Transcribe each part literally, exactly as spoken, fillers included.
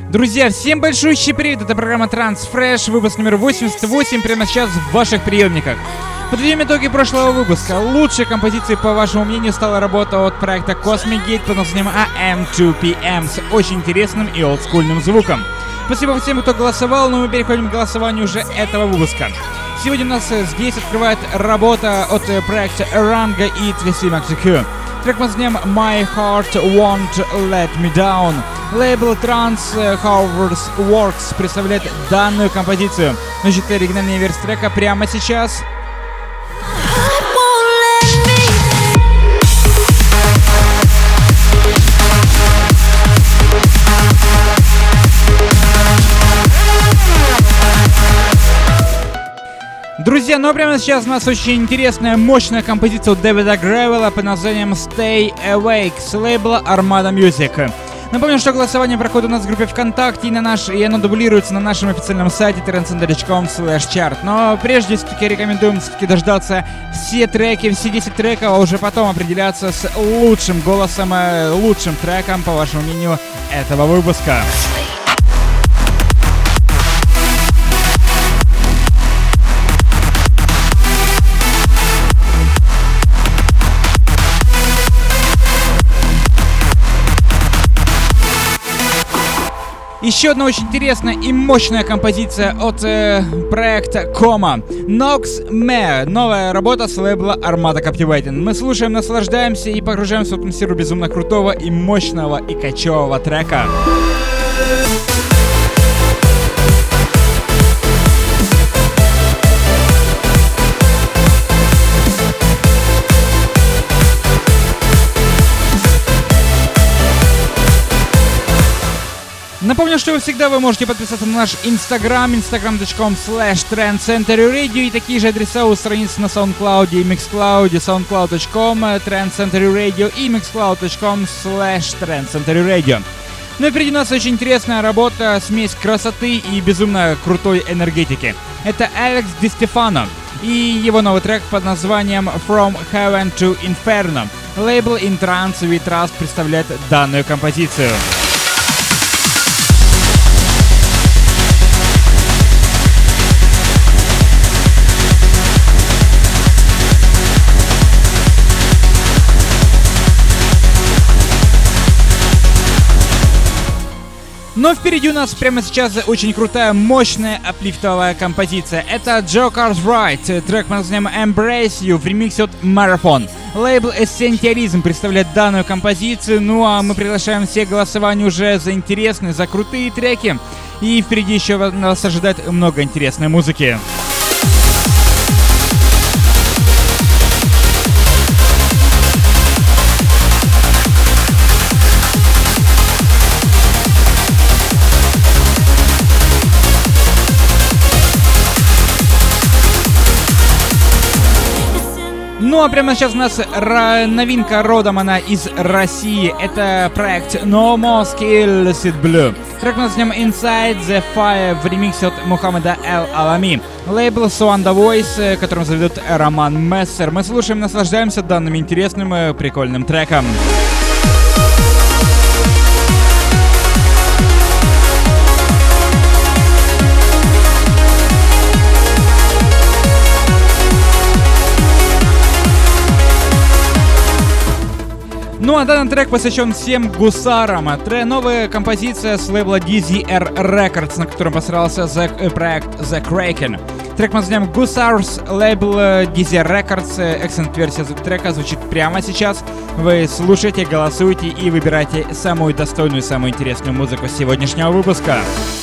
Друзья, всем большущий привет, это программа Transfresh, выпуск номер восемьдесят восемь, прямо сейчас в ваших приемниках. Подведем итоги прошлого выпуска. Лучшей композицией, по вашему мнению, стала работа от проекта Cosmic Gate под названием эй эм ту пи эм с очень интересным и олдскульным звуком. Спасибо всем, кто голосовал, но мы переходим к голосованию уже этого выпуска. Сегодня у нас здесь открывает работа от проекта Rango и Tracy McGee. Трек под названием My Heart Won't Let Me Down. Лейбл Trans Hours Works представляет данную композицию. Значит, оригинальная версия трека прямо сейчас. Друзья, ну а прямо сейчас у нас очень интересная, мощная композиция от Дэвида Гревела под названием Stay Awake с лейбла Armada Music. Напомню, что голосование проходит у нас в группе ВКонтакте и, на наш, и оно дублируется на нашем официальном сайте трансцентр точка ком слэш чарт. Но прежде все-таки рекомендуем все-таки дождаться все треки, все десять треков, а уже потом определяться с лучшим голосом, лучшим треком, по вашему мнению, этого выпуска. Еще одна очень интересная и мощная композиция от э, проекта Кома. Nox Mare. Новая работа с лейбла Armada Captivating. Мы слушаем, наслаждаемся и погружаемся в атмосферу безумно крутого и мощного и качевого трека. Напомню, что вы всегда вы можете подписаться на наш инстаграм, инстаграм точка ком слэш трендцентр радио, и такие же адреса у страниц на SoundCloud и MixCloud, soundcloud точка ком, трендцентр радио и mixcloud точка ком слэш трендцентр радио. Ну и впереди у нас очень интересная работа, смесь красоты и безумно крутой энергетики. Это Алекс Ди Стефано и его новый трек под названием From Heaven to Inferno. Лейбл In Trance We Trust представляет данную композицию. Но впереди у нас прямо сейчас очень крутая, мощная, аплифтовая композиция. Это Joker's Right, трек под названием Embrace You в ремиксе от Marathon. Лейбл Essentialism представляет данную композицию. Ну а мы приглашаем всех к голосованию уже за интересные, за крутые треки. И впереди еще нас ожидает много интересной музыки. Ну а прямо сейчас у нас ра- новинка, родом она из России. Это проект No More Skills It Blue. Трек под названием Inside the Fire в ремиксе от Мухаммеда Эл Алами. Лейбл Suanda Voice, которым заведет Роман Мессер. Мы слушаем, наслаждаемся данным интересным и прикольным треком. Ну а данный трек посвящен всем гусарам. Трек, новая композиция с лейбла ди зет ар Records, на котором постарался the, проект The Kraken. Трек под названием Gusars, лейбл ди зет ар Records. Эксцент-версия трека звучит прямо сейчас. Вы слушайте, голосуйте и выбирайте самую достойную, самую интересную музыку сегодняшнего выпуска.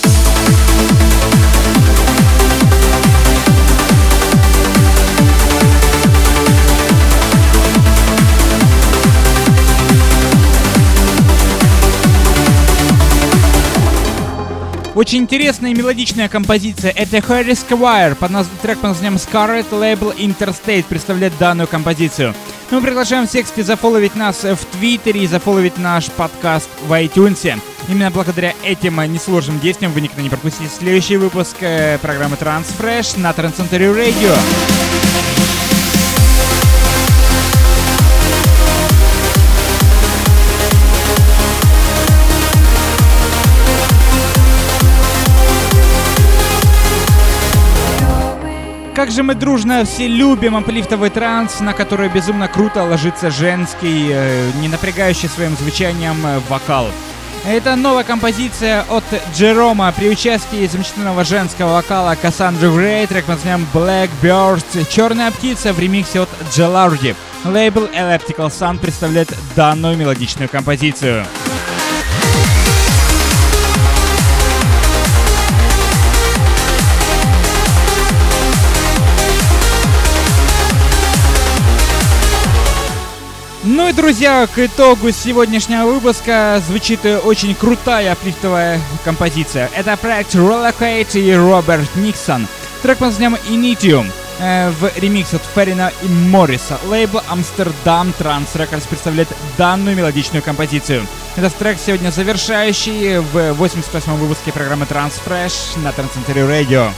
Очень интересная и мелодичная композиция. Это Harry Squire, под наз... трек под названием Scarlet, лейбл Interstate представляет данную композицию. Мы приглашаем всех, кстати, зафоловить нас в Твиттере и зафоловить наш подкаст в iTunes. Именно благодаря этим несложным действиям вы никогда не пропустите следующий выпуск программы Transfresh на Трансцентр радио. также мы дружно все любим аплифтовый транс, на который безумно круто ложится женский, э, не напрягающий своим звучанием э, вокал. Это новая композиция от Джерома при участии замечательного женского вокала Кассандры Грей. Трек под названием Blackbird. Черная птица в ремиксе от Джеларди. Лейбл Elliptical Sun представляет данную мелодичную композицию. Ну и, друзья, к итогу сегодняшнего выпуска звучит очень крутая аплифтовая композиция. Это проект Relocate и Роберт Никсон. Трек под названием Initium э, в ремиксе от Феррина и Морриса. Лейбл Amsterdam Trance Records представляет данную мелодичную композицию. Этот трек сегодня завершающий в восемьдесят восьмом выпуске программы Transfresh на Transcentury Radio.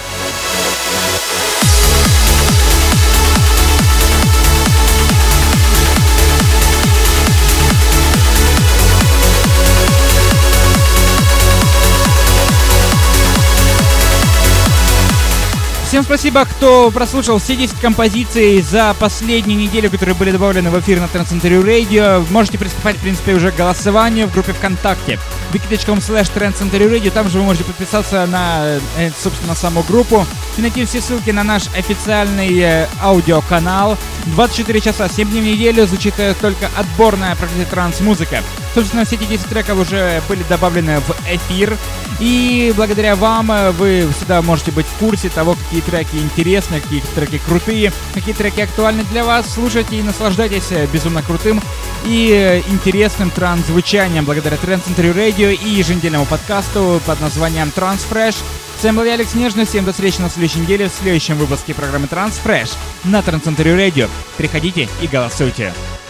Всем спасибо, кто прослушал все десять композиций за последнюю неделю, которые были добавлены в эфир на Transcentury Radio. Можете приступать, в принципе, уже к голосованию в группе ВКонтакте wiki точка com слэш Transcentury Radio. Там же вы можете подписаться на, собственно, саму группу и найти все ссылки на наш официальный э, аудиоканал. двадцать четыре часа, семь дней в неделю звучит только отборная проклятая транс-музыка. Собственно, все эти десять треков уже были добавлены в эфир. И благодаря вам вы всегда можете быть в курсе того, какие треки интересны, какие треки крутые, какие треки актуальны для вас. Слушайте и наслаждайтесь безумно крутым и интересным транс-звучанием благодаря Transcentury Radio и еженедельному подкасту под названием Transfresh. С вами был я, Алекс Нежный. Всем до встречи на следующей неделе в следующем выпуске программы Transfresh на Transcentury Radio. Приходите и голосуйте.